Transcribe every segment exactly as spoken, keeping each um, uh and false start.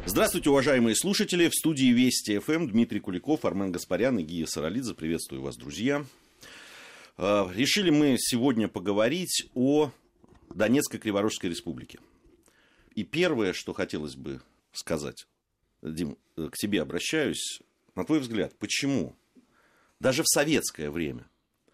Здравствуйте, уважаемые слушатели. В студии Вести эф эм Дмитрий Куликов, Армен Гаспарян и Гия Саралидзе. Приветствую вас, друзья. Решили мы сегодня поговорить о Донецкой Криворожской республике. И первое, что хотелось бы сказать, Дим, к тебе обращаюсь. На твой взгляд, почему даже в советское время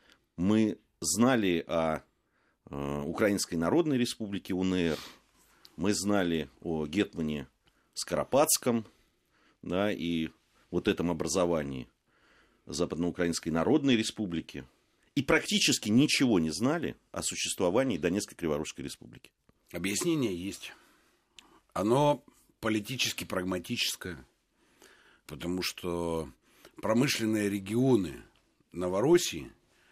мы знали о Украинской Народной Республике УНР, мы знали о гетмане Скоропадском, да, и вот этом образовании Западноукраинской Народной Республики, и практически ничего не знали о существовании Донецкой Криворожской Республики? Объяснение есть. Оно политически прагматическое, потому что промышленные регионы Новороссии,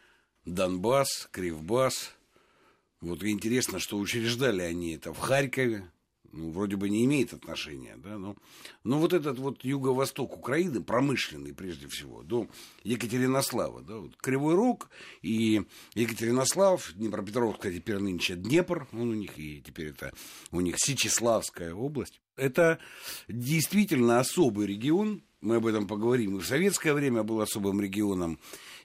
Донбасс, Кривбас, вот интересно, что учреждали они это в Харькове, ну, вроде бы не имеет отношения, да, но, но вот этот вот юго-восток Украины, промышленный прежде всего, до Екатеринослава, да, вот Кривой Рог и Екатеринослав, Днепропетровск, теперь нынче Днепр, он у них, и теперь это у них Сечеславская область. Это действительно особый регион, мы об этом поговорим, и в советское время был особым регионом,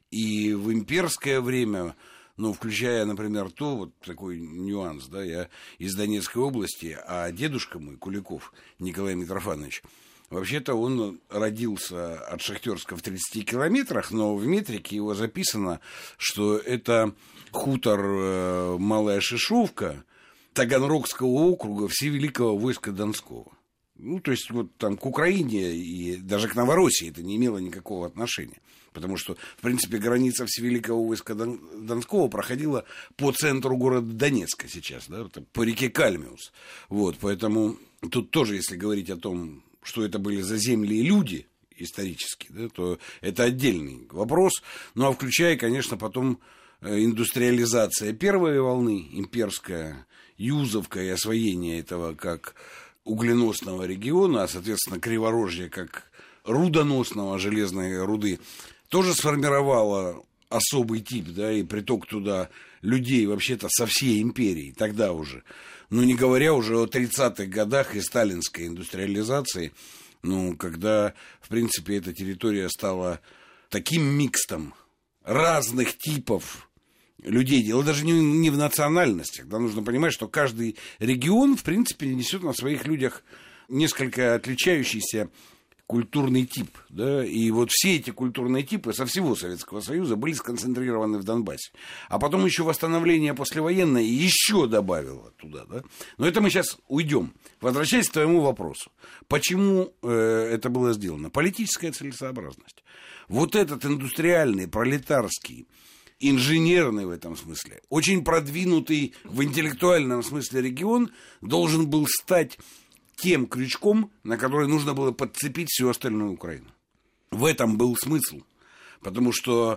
и в имперское время. Ну, включая, например, то, вот такой нюанс, да, я из Донецкой области, а дедушка мой, Куликов Николай Митрофанович, вообще-то он родился от Шахтерска в тридцати километрах, но в метрике его записано, что это хутор э, Малая Шишовка Таганрогского округа Всевеликого войска Донского. Ну, то есть, вот там к Украине и даже к Новороссии это не имело никакого отношения. Потому что, в принципе, граница Всевеликого войска Донского проходила по центру города Донецка сейчас, да, по реке Кальмиус. Вот, поэтому тут тоже, если говорить о том, что это были за земли и люди исторически, да, то это отдельный вопрос. Ну, а включая, конечно, потом индустриализация первой волны, имперская, Юзовка и освоение этого как угленосного региона, а, соответственно, Криворожье как рудоносного, железной руды, тоже сформировало особый тип, да, и приток туда людей вообще-то со всей империи, тогда уже. Ну, не говоря уже о тридцатых годах и сталинской индустриализации, ну, когда, в принципе, эта территория стала таким микстом разных типов людей. Дело даже не, не в национальностях. Да, нужно понимать, что каждый регион, в принципе, несет на своих людях несколько отличающийся культурный тип, да, и вот все эти культурные типы со всего Советского Союза были сконцентрированы в Донбассе. А потом еще восстановление послевоенное еще добавило туда, да. Но это мы сейчас уйдем. Возвращаясь к твоему вопросу. Почему э, это было сделано? Политическая целесообразность. Вот этот индустриальный, пролетарский, инженерный в этом смысле, очень продвинутый в интеллектуальном смысле регион должен был стать тем крючком, на который нужно было подцепить всю остальную Украину. В этом был смысл. Потому что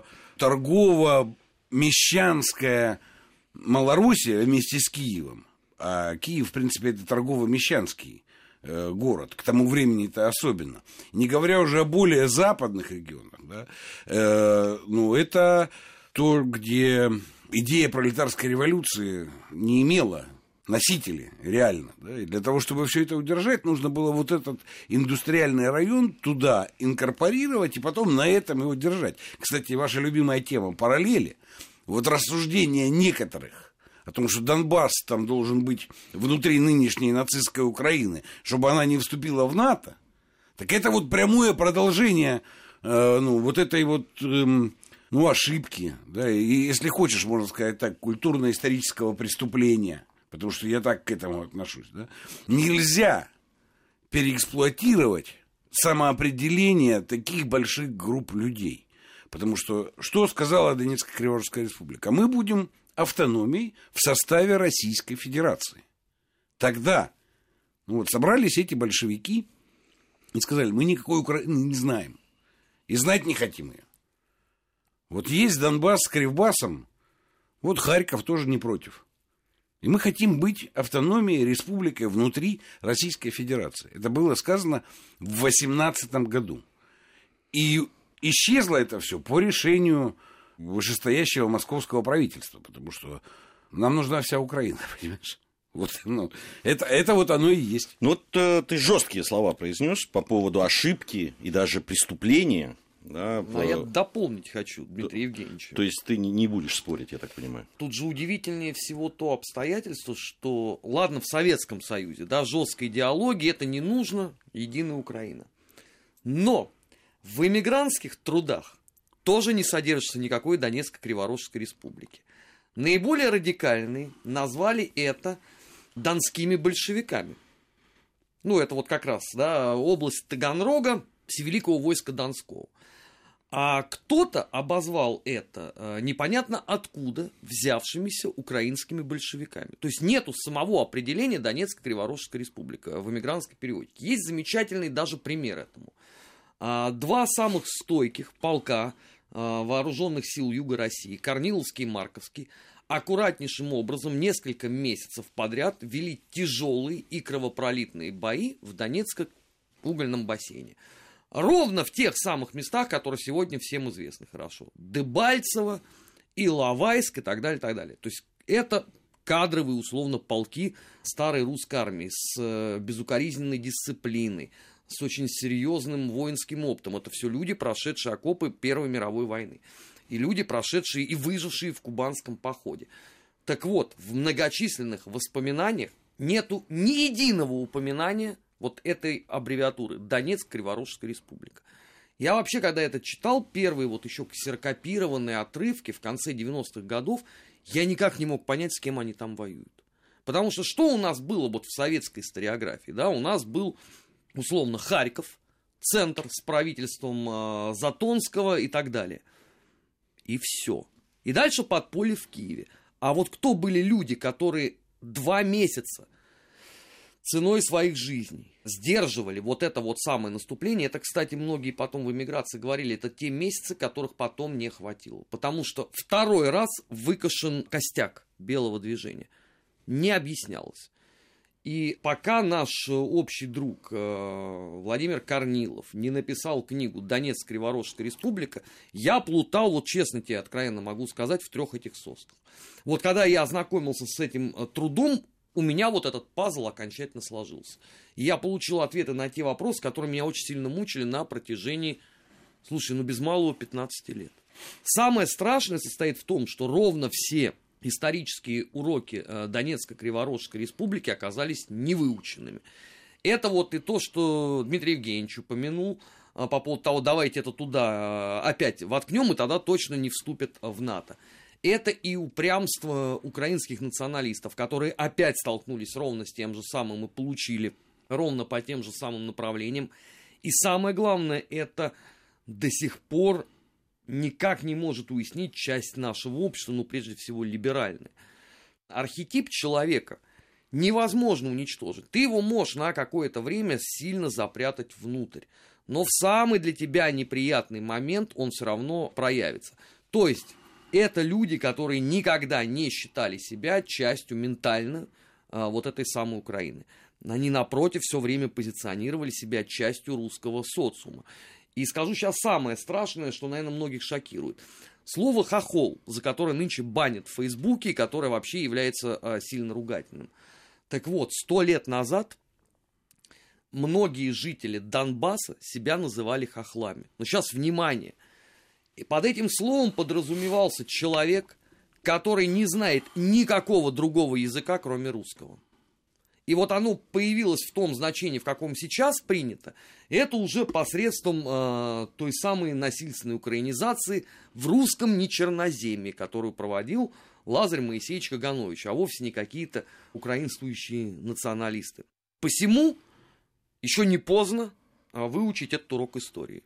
торгово-мещанская Малороссия вместе с Киевом, а Киев, в принципе, это торгово-мещанский э, город, к тому времени-то особенно, не говоря уже о более западных регионах, да, э, ну, это то, где идея пролетарской революции не имела носители, реально. Да? И для того, чтобы все это удержать, нужно было вот этот индустриальный район туда инкорпорировать и потом на этом его держать. Кстати, ваша любимая тема – параллели. Вот рассуждения некоторых о том, что Донбасс там должен быть внутри нынешней нацистской Украины, чтобы она не вступила в НАТО, так это вот прямое продолжение э, ну, вот этой вот э, ну, ошибки, да? И, если хочешь, можно сказать так, культурно-исторического преступления. Потому что я так к этому отношусь. Да? Нельзя переэксплуатировать самоопределение таких больших групп людей. Потому что, что сказала Донецкая Криворожская республика? Мы будем автономией в составе Российской Федерации. Тогда ну вот, собрались эти большевики и сказали, мы никакой Украины не знаем. И знать не хотим ее. Вот есть Донбасс с Кривбасом, вот Харьков тоже не против. И мы хотим быть автономией, республикой внутри Российской Федерации. Это было сказано в восемнадцатом году. И исчезло это все по решению вышестоящего московского правительства, потому что нам нужна вся Украина, понимаешь? Вот, ну, это, это вот оно и есть. Ну, вот э, ты жесткие слова произнес по поводу ошибки и даже преступления. Да, Но по... я дополнить хочу, Дмитрий Евгеньевич. То есть ты не будешь спорить, я так понимаю. Тут же удивительнее всего то обстоятельство, что, ладно, в Советском Союзе, да, жесткой идеологии это не нужно, единая Украина. Но в эмигрантских трудах тоже не содержится никакой Донецко-Криворожской республики. Наиболее радикальные назвали это донскими большевиками. Ну, это вот как раз, да, область Таганрога, Всевеликого войска Донского. А кто-то обозвал это э, непонятно откуда взявшимися украинскими большевиками. То есть нету самого определения Донецко-Криворожская республика в эмигрантской периодике. Есть замечательный даже пример этому. А, два самых стойких полка а, вооруженных сил Юга России, Корниловский и Марковский, аккуратнейшим образом несколько месяцев подряд вели тяжелые и кровопролитные бои в Донецко-угольном бассейне. Ровно в тех самых местах, которые сегодня всем известны хорошо. Дебальцево, Иловайск и так далее, так далее. То есть это кадровые, условно, полки старой русской армии с безукоризненной дисциплиной, с очень серьезным воинским опытом. Это все люди, прошедшие окопы Первой мировой войны. И люди, прошедшие и выжившие в Кубанском походе. Так вот, в многочисленных воспоминаниях нету ни единого упоминания вот этой аббревиатуры Донецк-Криворожская республика. Я вообще, когда это читал, первые вот еще ксерокопированные отрывки в конце девяностых годов, я никак не мог понять, с кем они там воюют. Потому что что у нас было вот в советской историографии? Да? У нас был, условно, Харьков, центр с правительством э, Затонского и так далее. И все. И дальше подполье в Киеве. А вот кто были люди, которые два месяца ценой своих жизней сдерживали вот это вот самое наступление? Это, кстати, многие потом в эмиграции говорили, это те месяцы, которых потом не хватило. Потому что второй раз выкошен костяк белого движения. Не объяснялось. И пока наш общий друг э, Владимир Корнилов не написал книгу «Донецк-Криворожская республика», я плутал, вот честно тебе откровенно могу сказать, в трех этих соснах. Вот когда я ознакомился с этим э, трудом, у меня вот этот пазл окончательно сложился. И я получил ответы на те вопросы, которые меня очень сильно мучили на протяжении, слушай, ну без малого пятнадцати лет. Самое страшное состоит в том, что ровно все исторические уроки Донецко-Криворожской республики оказались невыученными. Это вот и то, что Дмитрий Евгеньевич упомянул по поводу того, давайте это туда опять воткнем, и тогда точно не вступят в НАТО. Это и упрямство украинских националистов, которые опять столкнулись ровно с тем же самым и получили ровно по тем же самым направлениям. И самое главное, это до сих пор никак не может уяснить часть нашего общества, ну, прежде всего, либеральная. Архетип человека невозможно уничтожить. Ты его можешь на какое-то время сильно запрятать внутрь. Но в самый для тебя неприятный момент он все равно проявится. То есть, это люди, которые никогда не считали себя частью ментально а, вот этой самой Украины. Они, напротив, все время позиционировали себя частью русского социума. И скажу сейчас самое страшное, что, наверное, многих шокирует. Слово «хохол», за которое нынче банят в Фейсбуке, и которое вообще является а, сильно ругательным. Так вот, сто лет назад многие жители Донбасса себя называли хохлами. Но сейчас, внимание, и под этим словом подразумевался человек, который не знает никакого другого языка, кроме русского. И вот оно появилось в том значении, в каком сейчас принято, это уже посредством э, той самой насильственной украинизации в русском нечерноземье, которую проводил Лазарь Моисеевич Каганович, а вовсе не какие-то украинствующие националисты. Посему еще не поздно выучить этот урок истории.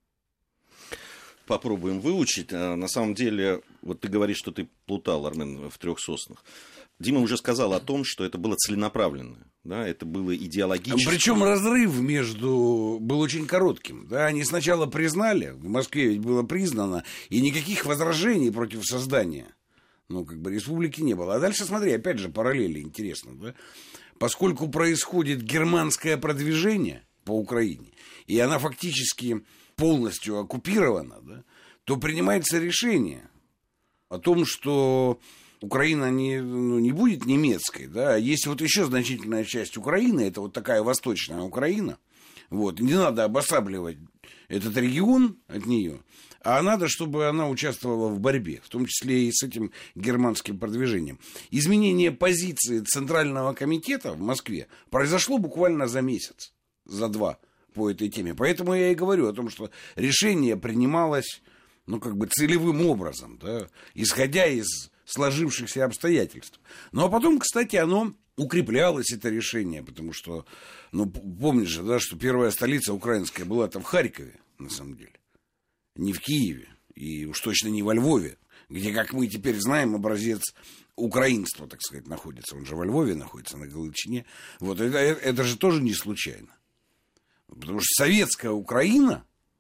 Попробуем выучить. На самом деле, вот ты говоришь, что ты плутал, Армен, в трех соснах. Дима уже сказал о том, что это было целенаправленное, да, это было идеологическое. Причем разрыв между был очень коротким. Да? Они сначала признали, в Москве ведь было признано, и никаких возражений против создания, ну, как бы, республики не было. А дальше, смотри, опять же, параллели интересно, да? Поскольку происходит германское продвижение по Украине, и она фактически полностью оккупирована, да, то принимается решение о том, что Украина не, ну, не будет немецкой, да, есть вот еще значительная часть Украины, это вот такая восточная Украина, вот, не надо обосабливать этот регион от нее, а надо, чтобы она участвовала в борьбе, в том числе и с этим германским продвижением. Изменение позиции Центрального комитета в Москве произошло буквально за месяц, за два по этой теме. Поэтому я и говорю о том, что решение принималось, ну, как бы целевым образом, да, исходя из сложившихся обстоятельств. Ну, а потом, кстати, оно укреплялось, это решение, потому что, ну, помнишь же, да, что первая столица украинская была-то в Харькове, на самом деле. Не в Киеве, и уж точно не во Львове, где, как мы теперь знаем, образец украинства, так сказать, находится. Он же во Львове находится, на Галичине. Вот это, это же тоже не случайно. Потому что советская Украина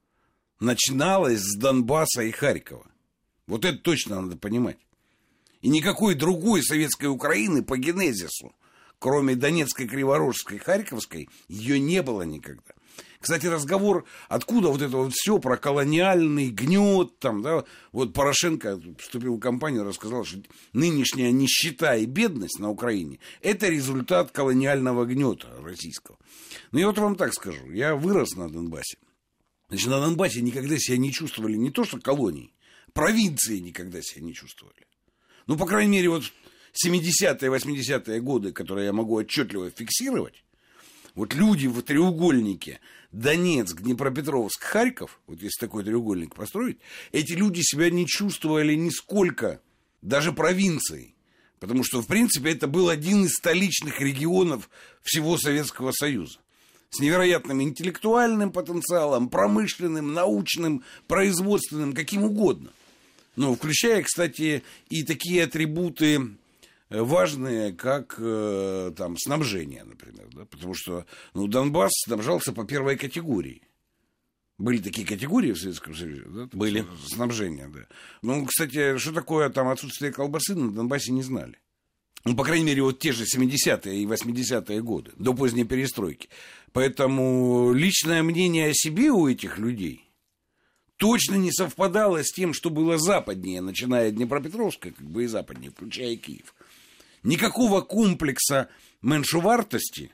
начиналась с Донбасса и Харькова. Вот это точно надо понимать. И никакой другой советской Украины по генезису, кроме Донецкой, Криворожской, Харьковской, ее не было никогда. Кстати, разговор, откуда вот это вот все про колониальный гнет, там, да, вот Порошенко вступил в кампанию, рассказал, что нынешняя нищета и бедность на Украине – это результат колониального гнета российского. Ну, я вот вам так скажу, я вырос на Донбассе. Значит, на Донбассе никогда себя не чувствовали не то что колонии, провинции никогда себя не чувствовали. Ну, по крайней мере, вот семидесятые, восьмидесятые годы, которые я могу отчетливо фиксировать, вот люди в треугольнике Донецк, Днепропетровск, Харьков, вот если такой треугольник построить, эти люди себя не чувствовали нисколько, даже провинцией. Потому что, в принципе, это был один из столичных регионов всего Советского Союза. С невероятным интеллектуальным потенциалом, промышленным, научным, производственным, каким угодно. Ну, включая, кстати, и такие атрибуты важные, как э, там, снабжение, например. Да? Потому что ну, Донбасс снабжался по первой категории. Были такие категории в Советском Союзе? Да? Были. Снабжение, да. Ну, кстати, что такое там отсутствие колбасы, на Донбассе не знали. Ну, по крайней мере, вот те же семидесятые и восьмидесятые годы, до поздней перестройки. Поэтому личное мнение о себе у этих людей точно не совпадало с тем, что было западнее, начиная от Днепропетровска, как бы и западнее, включая Киев. Никакого комплекса меньшовартости,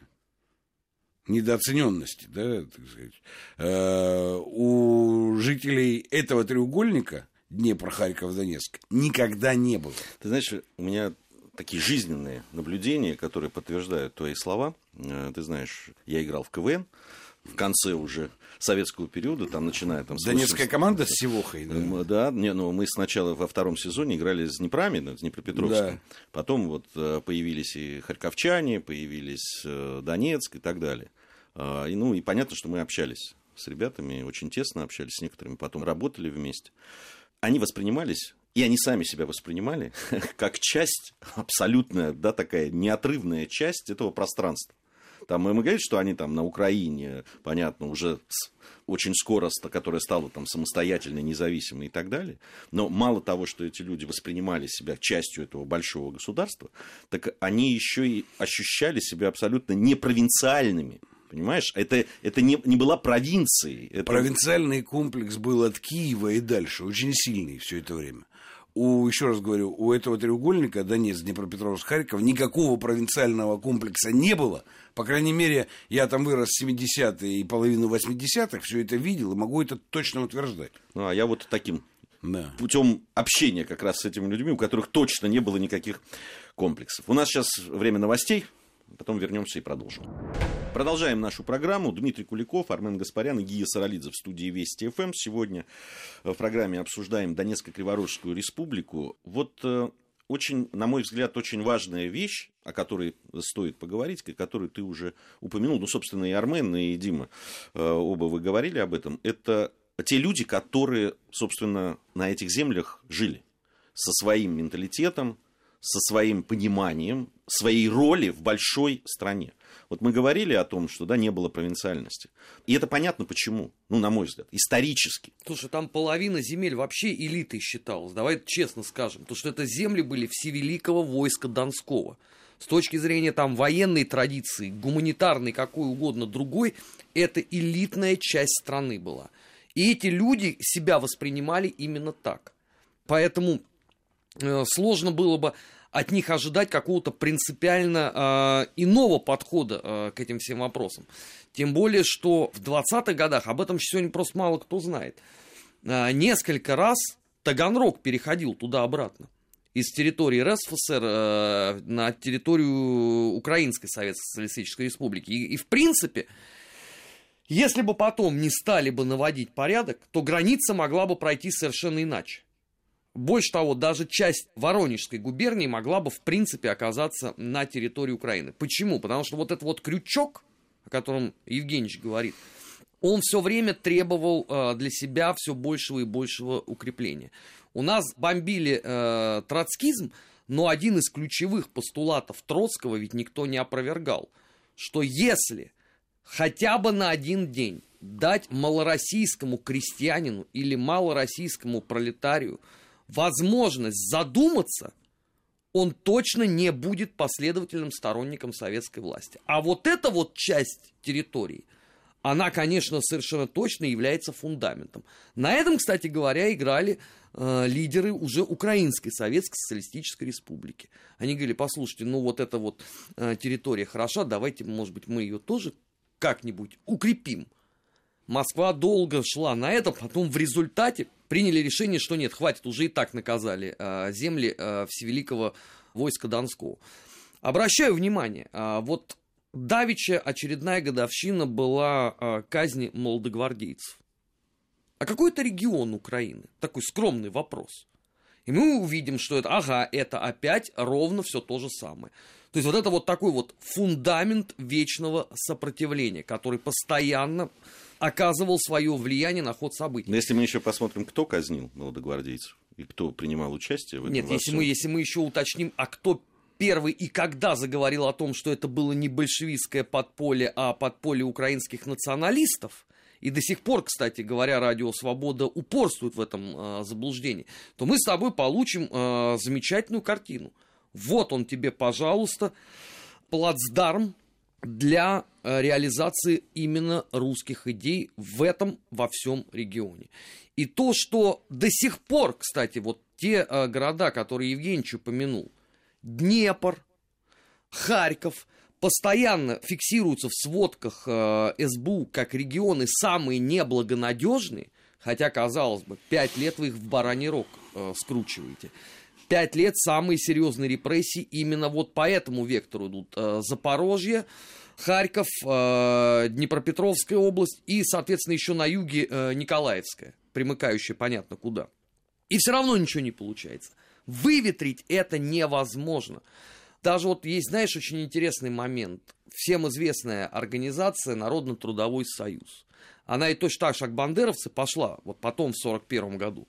недооцененности, да, так сказать, э, у жителей этого треугольника Днепр, Харьков, Донецк никогда не было. Ты знаешь, у меня такие жизненные наблюдения, которые подтверждают твои слова. Ты знаешь, я играл в КВН в конце уже советского периода, там, начиная там... Донецкая команда с Севохой, да? Да, не, ну, мы сначала во втором сезоне играли с Днепроми, с Днепропетровском. Да. Потом вот появились и харьковчане, появились Донецк и так далее. И, ну, и понятно, что мы общались с ребятами, очень тесно общались с некоторыми, потом работали вместе. Они воспринимались, и они сами себя воспринимали, как часть, абсолютная, да, такая неотрывная часть этого пространства. Там мы говорим, что они там на Украине, понятно, уже очень скоро, которая стала там самостоятельной, независимой и так далее. Но мало того, что эти люди воспринимали себя частью этого большого государства, так они еще и ощущали себя абсолютно непровинциальными. Понимаешь, это, это не, не была провинцией. Это... Провинциальный комплекс был от Киева и дальше, очень сильный все это время. У, еще раз говорю, у этого треугольника Донецк, Днепропетровск, Харьков никакого провинциального комплекса не было. По крайней мере, я там вырос в семидесятые и половину восьмидесятых, все это видел и могу это точно утверждать. Ну, а я вот таким да. путем общения как раз с этими людьми, у которых точно не было никаких комплексов. У нас сейчас время новостей, потом вернемся и продолжим. Продолжаем нашу программу. Дмитрий Куликов, Армен Гаспарян и Гия Саралидзе в студии Вести ФМ. Сегодня в программе обсуждаем Донецко-Криворожскую республику. Вот э, очень, на мой взгляд, очень важная вещь, о которой стоит поговорить, о которой ты уже упомянул. Ну, собственно, и Армен, и Дима, э, оба вы говорили об этом. Это те люди, которые, собственно, на этих землях жили со своим менталитетом, со своим пониманием своей роли в большой стране. Вот мы говорили о том, что да, не было провинциальности. И это понятно почему. Ну, на мой взгляд, исторически. Слушай, там половина земель вообще элитой считалась. Давай честно скажем. То, что это земли были всевеликого войска Донского. С точки зрения там военной традиции, гуманитарной, какой угодно другой, это элитная часть страны была. И эти люди себя воспринимали именно так. Поэтому э, сложно было бы от них ожидать какого-то принципиально э, иного подхода э, к этим всем вопросам. Тем более, что в двадцатых годах, об этом сегодня просто мало кто знает, э, несколько раз Таганрог переходил туда-обратно. Из территории РСФСР э, на территорию Украинской Советской Социалистической Республики. И, и в принципе, если бы потом не стали бы наводить порядок, то граница могла бы пройти совершенно иначе. Больше того, даже часть Воронежской губернии могла бы, в принципе, оказаться на территории Украины. Почему? Потому что вот этот вот крючок, о котором Евгеньевич говорит, он все время требовал э, для себя все большего и большего укрепления. У нас бомбили э, троцкизм, но один из ключевых постулатов Троцкого ведь никто не опровергал, что если хотя бы на один день дать малороссийскому крестьянину или малороссийскому пролетарию возможность задуматься, он точно не будет последовательным сторонником советской власти. А вот эта вот часть территории, она, конечно, совершенно точно является фундаментом. На этом, кстати говоря, играли э, лидеры уже Украинской Советской Социалистической Республики. Они говорили, послушайте, ну вот эта вот э, территория хороша, давайте, может быть, мы ее тоже как-нибудь укрепим. Москва долго шла на это, потом в результате приняли решение, что нет, хватит, уже и так наказали э, земли э, Всевеликого войска Донского. Обращаю внимание, э, вот давеча очередная годовщина была э, казни молодогвардейцев. А какой это регион Украины? Такой скромный вопрос. И мы увидим, что это, ага, это опять ровно все то же самое. То есть вот это вот такой вот фундамент вечного сопротивления, который постоянно оказывал свое влияние на ход событий. Но если мы еще посмотрим, кто казнил молодогвардейцев и кто принимал участие в этом. Нет, если мы, если мы еще уточним, а кто первый и когда заговорил о том, что это было не большевистское подполье, а подполье украинских националистов, и до сих пор, кстати говоря, Радио Свобода упорствует в этом э, заблуждении, то мы с тобой получим э, замечательную картину. Вот он тебе, пожалуйста, плацдарм для э, реализации именно русских идей в этом, во всем регионе. И то, что до сих пор, кстати, вот те э, города, которые Евгеньевич упомянул, Днепр, Харьков, постоянно фиксируются в сводках э, эс бэ у как регионы самые неблагонадежные, хотя, казалось бы, пять лет вы их в бараний рог э, скручиваете. Пять лет самые серьезные репрессии именно вот по этому вектору идут. Э, Запорожье, Харьков, э, Днепропетровская область и, соответственно, еще на юге э, Николаевская, примыкающая понятно куда. И все равно ничего не получается. Выветрить это невозможно. Даже вот есть, знаешь, очень интересный момент. Всем известная организация Народно-трудовой союз. Она и точно так же, как бандеровцы, пошла вот потом в сорок первом году.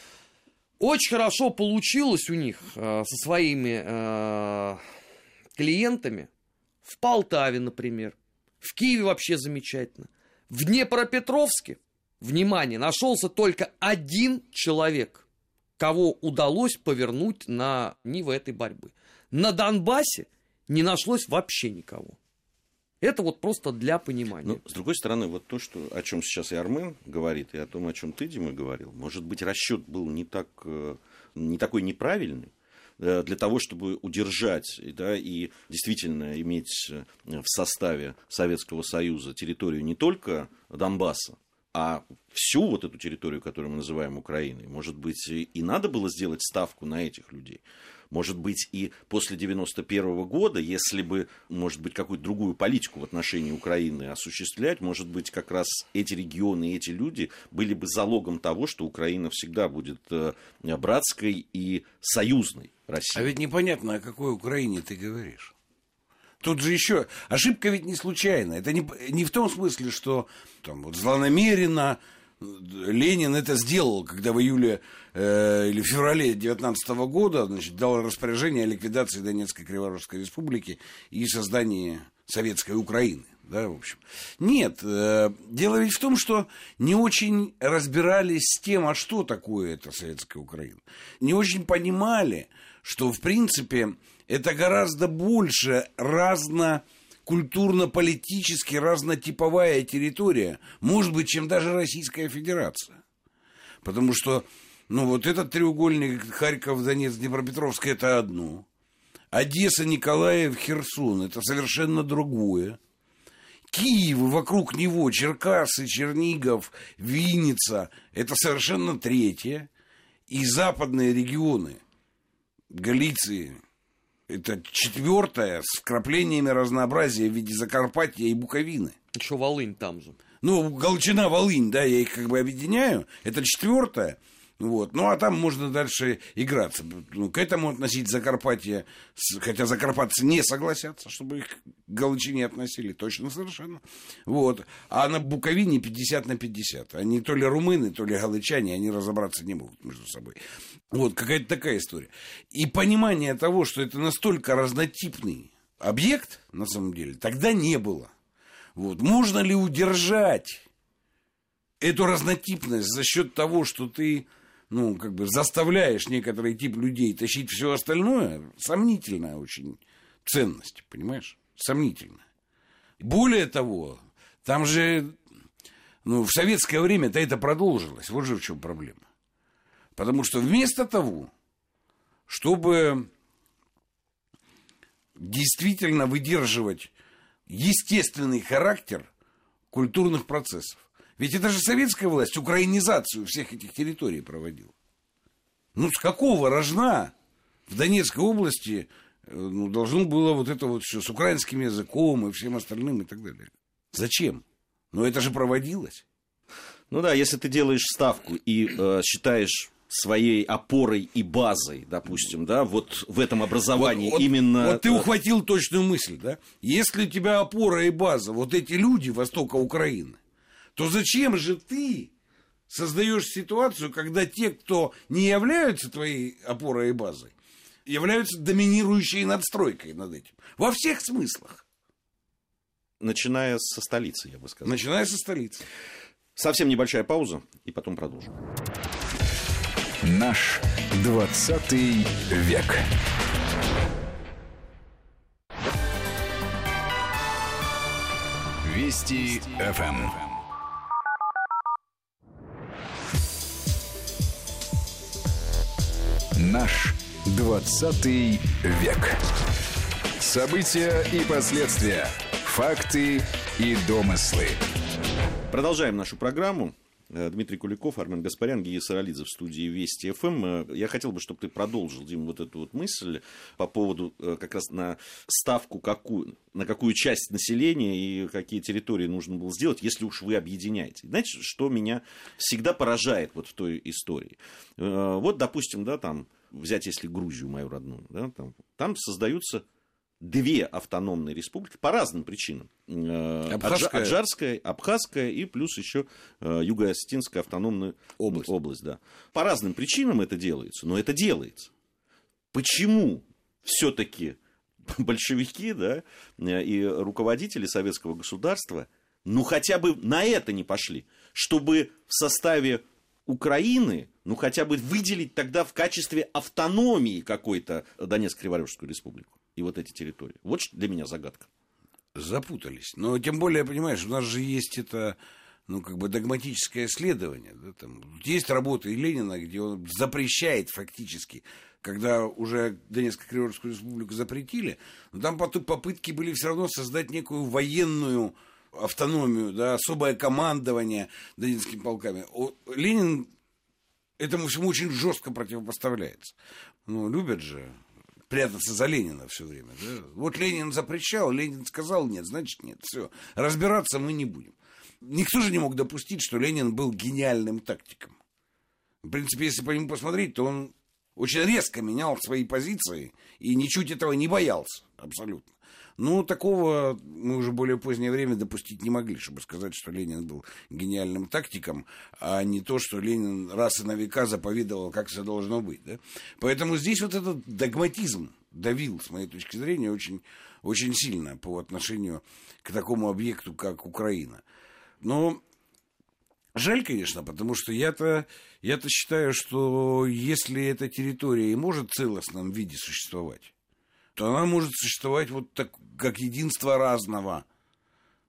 Очень хорошо получилось у них э, со своими э, клиентами в Полтаве, например. В Киеве вообще замечательно. В Днепропетровске, внимание, нашелся только один человек, кого удалось повернуть на нивы этой борьбы. На Донбассе не нашлось вообще никого. Это вот просто для понимания. Ну, с другой стороны, вот то, что, о чем сейчас и Армен говорит, и о том, о чем ты, Дима, говорил, может быть, расчет был не, так, не такой неправильный, для того, чтобы удержать, да, и действительно иметь в составе Советского Союза территорию не только Донбасса, а всю вот эту территорию, которую мы называем Украиной. Может быть, и надо было сделать ставку на этих людей. Может быть, и после девяносто первого года, если бы, может быть, какую-то другую политику в отношении Украины осуществлять, может быть, как раз эти регионы и эти люди были бы залогом того, что Украина всегда будет братской и союзной Россией. А ведь непонятно, о какой Украине ты говоришь. Тут же еще ошибка ведь не случайная. Это не, не в том смысле, что там, вот, злонамеренно Ленин это сделал, когда в июле э, или феврале девятнадцатого года, значит, дал распоряжение о ликвидации Донецкой Криворожской республики и создании советской Украины. Да, в общем. Нет, э, дело ведь в том, что не очень разбирались с тем, а что такое эта советская Украина. Не очень понимали, что, в принципе, это гораздо больше разно культурно-политически разнотиповая территория, может быть, чем даже Российская Федерация. Потому что, ну, вот этот треугольник Харьков, Донецк, Днепропетровск – это одно. Одесса, Николаев, Херсон – это совершенно другое. Киев, вокруг него Черкассы, Чернигов, Винница – это совершенно третье. И западные регионы Галиции – это четвертое, с вкраплениями разнообразия в виде Закарпатья и Буковины. Еще Волынь там же. Ну, Галичина, Волынь, да, я их как бы объединяю. Это четвертое. Вот. Ну, а там можно дальше играться. Ну, к этому относить Закарпатье, хотя закарпатцы не согласятся, чтобы их к Галичине относили, точно совершенно. Вот. А на Буковине пятьдесят на пятьдесят. Они то ли румыны, то ли галичане, они разобраться не могут между собой. Вот, какая-то такая история. И понимание того, что это настолько разнотипный объект, на самом деле, тогда не было. Вот. Можно ли удержать эту разнотипность за счет того, что ты... ну, как бы заставляешь некоторый тип людей тащить все остальное, сомнительная очень ценность, понимаешь? Сомнительная. Более того, там же, ну, в советское время-то это продолжилось. Вот же в чем проблема. Потому что вместо того, чтобы действительно выдерживать естественный характер культурных процессов, ведь это же советская власть украинизацию всех этих территорий проводила. Ну, с какого рожна в Донецкой области ну, должно было вот это вот все с украинским языком и всем остальным и так далее? Зачем? Ну, это же проводилось. Ну да, если ты делаешь ставку и э, считаешь своей опорой и базой, допустим, да, вот в этом образовании вот, именно... Вот, вот ты ухватил точную мысль, да? Если у тебя опора и база, вот эти люди востока Украины, то зачем же ты создаешь ситуацию, когда те, кто не являются твоей опорой и базой, являются доминирующей надстройкой над этим? Во всех смыслах. Начиная со столицы, я бы сказал. Начиная со столицы. Совсем небольшая пауза, и потом продолжим. Наш двадцатый век. Вести эф эм. Наш двадцатый век. События и последствия. Факты и домыслы. Продолжаем нашу программу. Дмитрий Куликов, Армен Гаспарян, Гия Саралидзе в студии Вести эф эм. Я хотел бы, чтобы ты продолжил, Дим, вот эту вот мысль по поводу как раз на ставку, какую, на какую часть населения и какие территории нужно было сделать, если уж вы объединяете. Знаете, что меня всегда поражает вот в той истории? Вот, допустим, да, там, взять, если Грузию мою родную, да, там, там создаются... две автономные республики по разным причинам. Абхазская. Аджарская, Абхазская и плюс еще Юго-Осетинская автономная область. область да. По разным причинам это делается, но это делается. Почему все-таки большевики, да, и руководители советского государства ну хотя бы на это не пошли, чтобы в составе Украины, ну хотя бы выделить тогда в качестве автономии какой-то Донецко-Криворожскую республику? И вот эти территории. Вот для меня загадка. Запутались. Но тем более, понимаешь, у нас же есть это, ну, как бы догматическое исследование. Да, там, есть работа и Ленина, где он запрещает фактически, когда уже Донецко-Криворожскую республику запретили, но там попытки были все равно создать некую военную автономию, да, особое командование донецкими полками. Ленин этому всему очень жестко противопоставляется. Ну, любят же прятаться за Ленина все время. Да? Вот Ленин запрещал, Ленин сказал нет, значит нет. Все. Разбираться мы не будем. Никто же не мог допустить, что Ленин был гениальным тактиком. В принципе, если по нему посмотреть, то он очень резко менял свои позиции и ничуть этого не боялся. Абсолютно. Ну, такого мы уже в более позднее время допустить не могли, чтобы сказать, что Ленин был гениальным тактиком, а не то, что Ленин раз и на века заповедовал, как все должно быть. Да? Поэтому здесь вот этот догматизм давил, с моей точки зрения, очень, очень сильно по отношению к такому объекту, как Украина. Но жаль, конечно, потому что я-то, я-то считаю, что если эта территория и может в целостном виде существовать, то она может существовать вот так, как единство разного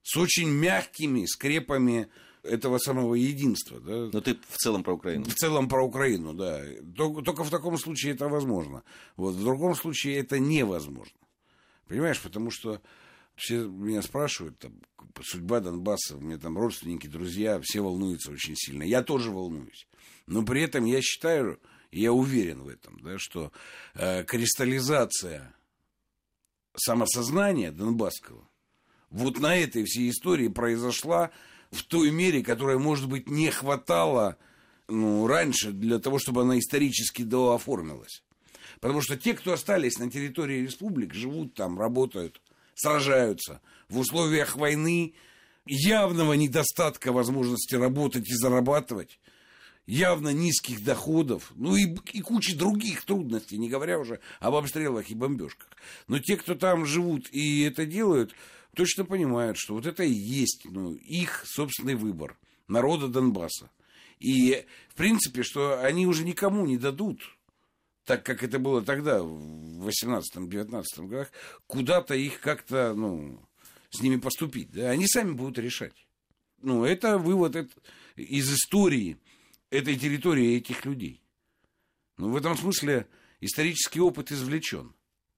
с очень мягкими скрепами этого самого единства. Да? Но ты в целом про Украину. В целом про Украину, да. Только, только в таком случае это возможно. Вот, в другом случае это невозможно. Понимаешь, потому что все меня спрашивают, там, судьба Донбасса, у меня там родственники, друзья, все волнуются очень сильно. Я тоже волнуюсь. Но при этом я считаю, я уверен в этом, да, что э, кристаллизация самосознания донбасского вот на этой всей истории произошла в той мере, которая, может быть, не хватало ну, раньше для того, чтобы она исторически дооформилась. Потому что те, кто остались на территории республик, живут там, работают, сражаются в условиях войны, явного недостатка возможности работать и зарабатывать, явно низких доходов, ну и, и кучи других трудностей, не говоря уже об обстрелах и бомбежках. Но те, кто там живут и это делают, точно понимают, что вот это и есть ну, их собственный выбор народа Донбасса. И, в принципе, что они уже никому не дадут, так как это было тогда, в восемнадцатом-девятнадцатом годах, куда-то их как-то, ну, с ними поступить. Да? Они сами будут решать. Ну, это вывод это, из истории этой территории и этих людей. Ну, в этом смысле исторический опыт извлечен.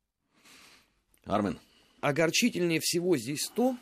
Армен. Огорчительнее всего здесь то,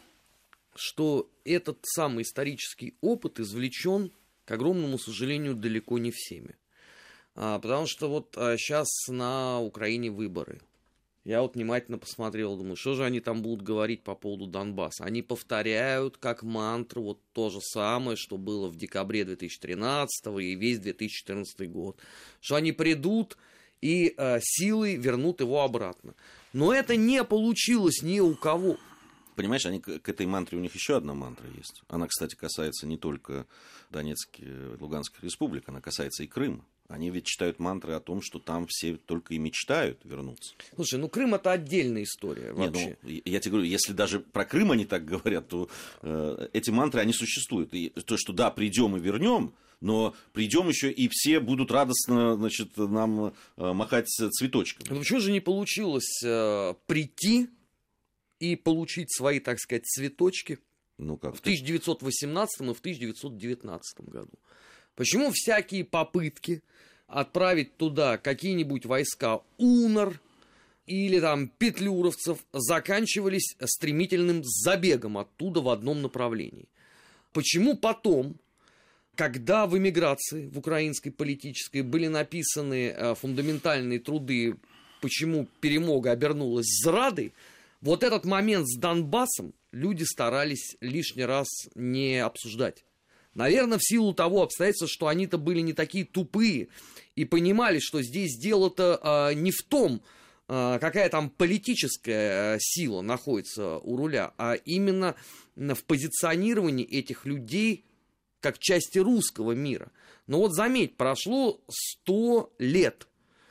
что этот самый исторический опыт извлечен, к огромному сожалению, далеко не всеми. А, потому что вот а, сейчас на Украине выборы. Я вот внимательно посмотрел, думаю, что же они там будут говорить по поводу Донбасса. Они повторяют как мантру вот то же самое, что было в декабре две тысячи тринадцатого и весь две тысячи четырнадцатый год. Что они придут и а, силой вернут его обратно. Но это не получилось ни у кого. Понимаешь, они, к этой мантре у них еще одна мантра есть. Она, кстати, касается не только Донецкой и Луганской республик, она касается и Крыма. Они ведь читают мантры о том, что там все только и мечтают вернуться. Слушай, ну Крым это отдельная история вообще. Не, ну, я тебе говорю, если даже про Крым они так говорят, то э, эти мантры, они существуют. И то, что да, придем и вернем, но придем еще и все будут радостно, значит, нам э, махать цветочками. Ну почему же не получилось э, прийти и получить свои, так сказать, цветочки ну, как в тысяча девятьсот восемнадцатом и в тысяча девятьсот девятнадцатом году? Почему всякие попытки отправить туда какие-нибудь войска УНР или там петлюровцев заканчивались стремительным забегом оттуда в одном направлении? Почему потом, когда в эмиграции, в украинской политической, были написаны фундаментальные труды, почему перемога обернулась зрадой, вот этот момент с Донбассом люди старались лишний раз не обсуждать? Наверное, в силу того обстоятельства, что они-то были не такие тупые и понимали, что здесь дело-то а, не в том, а, какая там политическая а, сила находится у руля, а именно в позиционировании этих людей как части русского мира. Но вот заметь, прошло сто лет.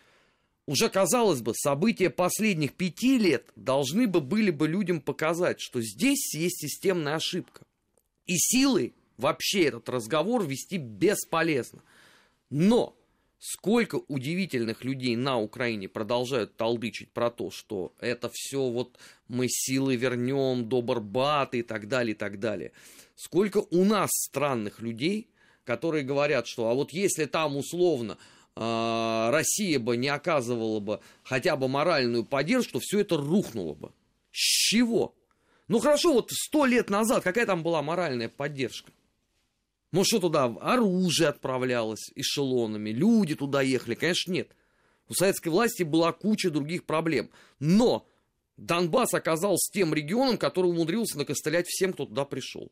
Уже, казалось бы, события последних пяти лет должны бы были бы людям показать, что здесь есть системная ошибка. И силой вообще этот разговор вести бесполезно. Но сколько удивительных людей на Украине продолжают толдычить про то, что это все вот мы силой вернем до Барбата и так далее, и так далее. Сколько у нас странных людей, которые говорят, что а вот если там условно э, Россия бы не оказывала бы хотя бы моральную поддержку, то все это рухнуло бы. С чего? Ну хорошо, вот сто лет назад какая там была моральная поддержка? Может, что туда оружие отправлялось эшелонами, люди туда ехали? Конечно, нет. У советской власти была куча других проблем. Но Донбасс оказался тем регионом, который умудрился накостылять всем, кто туда пришел.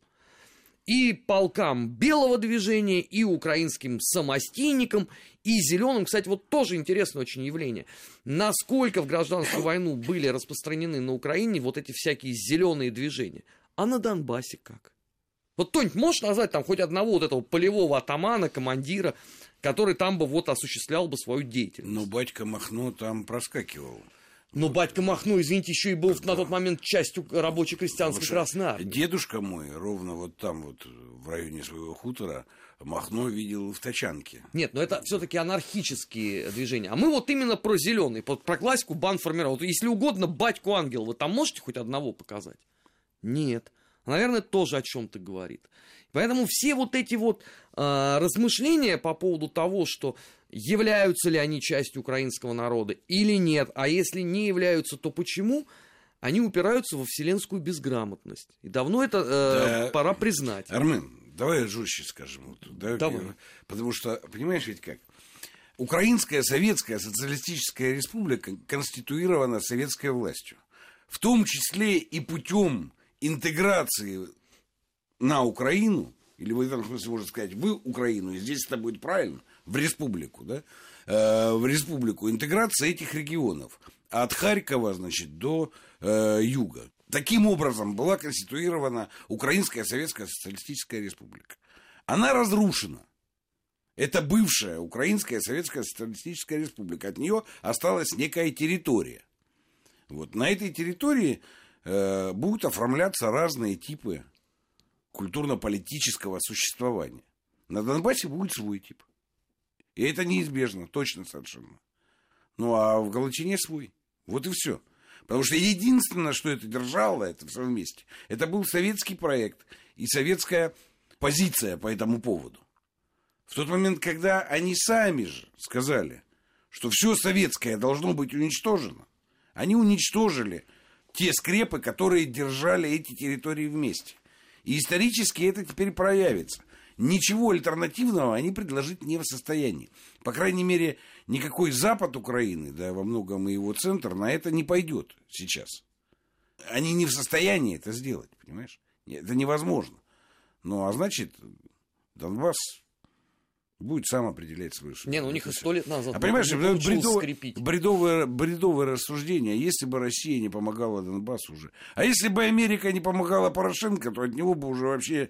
И полкам белого движения, и украинским самостийникам, и зеленым. Кстати, вот тоже интересное очень явление. Насколько в гражданскую войну были распространены на Украине вот эти всякие зеленые движения. А на Донбассе как? Вот кто-нибудь может назвать там хоть одного вот этого полевого атамана, командира, который там бы вот осуществлял бы свою деятельность? Ну, батька Махно там проскакивал. Но батька Махно, извините, еще и был Когда... на тот момент частью рабоче-крестьянской Красной Армии. Дедушка мой ровно вот там вот в районе своего хутора Махно видел в тачанке. Нет, но это все-таки анархические движения. А мы вот именно про зеленый, про, про классику бандформирования. Вот если угодно, батьку Ангел, вы там можете хоть одного показать? Нет. наверное, тоже о чем-то говорит. Поэтому все вот эти вот э, размышления по поводу того, что являются ли они частью украинского народа или нет, а если не являются, то почему, они упираются во вселенскую безграмотность. И давно это э, да, пора признать. Армен, давай жестче скажем. Вот, да, давай. Потому что, понимаешь, ведь как? Украинская Советская Социалистическая Республика конституирована советской властью. В том числе и путем интеграции на Украину, или в этом смысле можно сказать, в Украину, и здесь это будет правильно, в республику, да, э, в республику, интеграция этих регионов от Харькова, значит, до э, юга. Таким образом была конституирована Украинская Советская Социалистическая Республика. Она разрушена. Это бывшая Украинская Советская Социалистическая Республика. От нее осталась некая территория. Вот. На этой территории э, будут оформляться разные типы культурно-политического существования. На Донбассе будет свой тип. И это неизбежно, точно совершенно. Ну, а в Галичине свой. Вот и все. Потому что единственное, что это держало, это все вместе, это был советский проект и советская позиция по этому поводу. В тот момент, когда они сами же сказали, что все советское должно быть уничтожено, они уничтожили те скрепы, которые держали эти территории вместе. И исторически это теперь проявится. Ничего альтернативного они предложить не в состоянии. По крайней мере, никакой запад Украины, да, во многом и его центр, на это не пойдет сейчас. Они не в состоянии это сделать, понимаешь? Это невозможно. Ну, а значит, Донбасс будет сам определять свою судьбу. Не, ну у них и сто лет назад. А понимаешь, бредовое, бредовое, бредовое рассуждение, если бы Россия не помогала Донбассу уже. А если бы Америка не помогала Порошенко, то от него бы уже вообще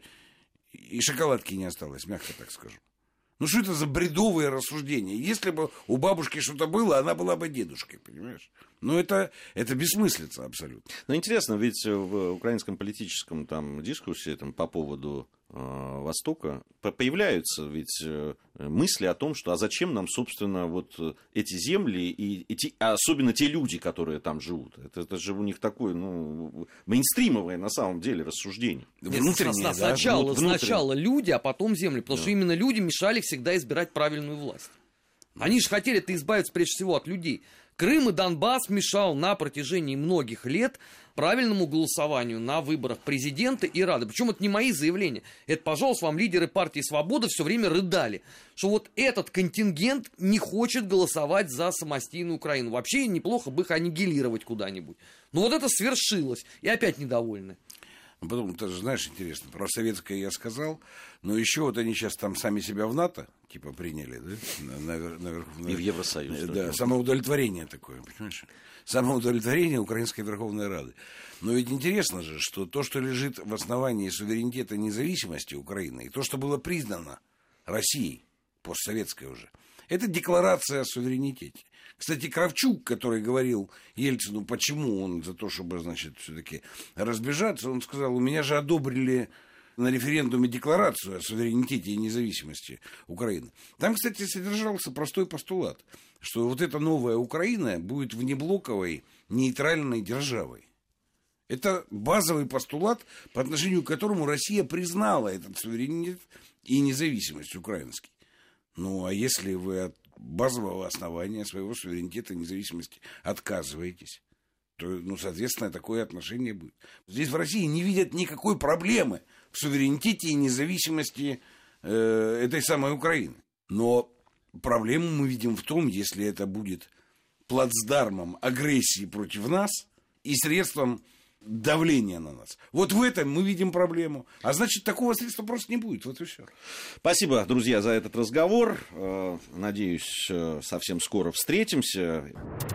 и шоколадки не осталось, мягко так скажу. Ну что это за бредовые рассуждения? Если бы у бабушки что-то было, она была бы дедушкой, понимаешь? Ну это, это бессмыслица абсолютно. Ну интересно, ведь в украинском политическом там дискурсе там, по поводу э, Востока появляются ведь э, мысли о том, что а зачем нам, собственно, вот эти земли и эти, а особенно те люди, которые там живут. Это, это же у них такое, ну, мейнстримовое на самом деле рассуждение. Внутреннее, да? Сначала, внутреннее. Сначала люди, а потом земли, потому да. что именно люди мешали всегда избирать правильную власть. Они же хотели-то избавиться прежде всего от людей. Крым и Донбасс мешал на протяжении многих лет правильному голосованию на выборах президента и Рады. Причем это не мои заявления. Это, пожалуйста, вам лидеры партии «Свобода» все время рыдали, что вот этот контингент не хочет голосовать за самостийную Украину. Вообще неплохо бы их аннигилировать куда-нибудь. Но вот это свершилось. И опять недовольны. Потом, ты же знаешь, интересно, про советское я сказал, но еще вот они сейчас там сами себя в НАТО, типа, приняли, да? Наверх, наверх, и в Евросоюз. Да, самоудовлетворение такое, понимаешь? Самоудовлетворение Украинской Верховной Рады. Но ведь интересно же, что то, что лежит в основании суверенитета и независимости Украины, и то, что было признано Россией, постсоветской уже, это декларация о суверенитете. Кстати, Кравчук, который говорил Ельцину, почему он за то, чтобы, значит, все-таки разбежаться, он сказал, у меня же одобрили на референдуме декларацию о суверенитете и независимости Украины. Там, кстати, содержался простой постулат, что вот эта новая Украина будет внеблоковой нейтральной державой. Это базовый постулат, по отношению к которому Россия признала этот суверенитет и независимость украинский. Ну, а если вы от базового основания своего суверенитета и независимости отказываетесь, то, ну, соответственно, такое отношение будет. Здесь в России не видят никакой проблемы в суверенитете и независимости э, этой самой Украины. Но проблему мы видим в том, если это будет плацдармом агрессии против нас и средством давления на нас. Вот в этом мы видим проблему. А значит, такого средства просто не будет. Вот и все. Спасибо, друзья, за этот разговор. Надеюсь, совсем скоро встретимся.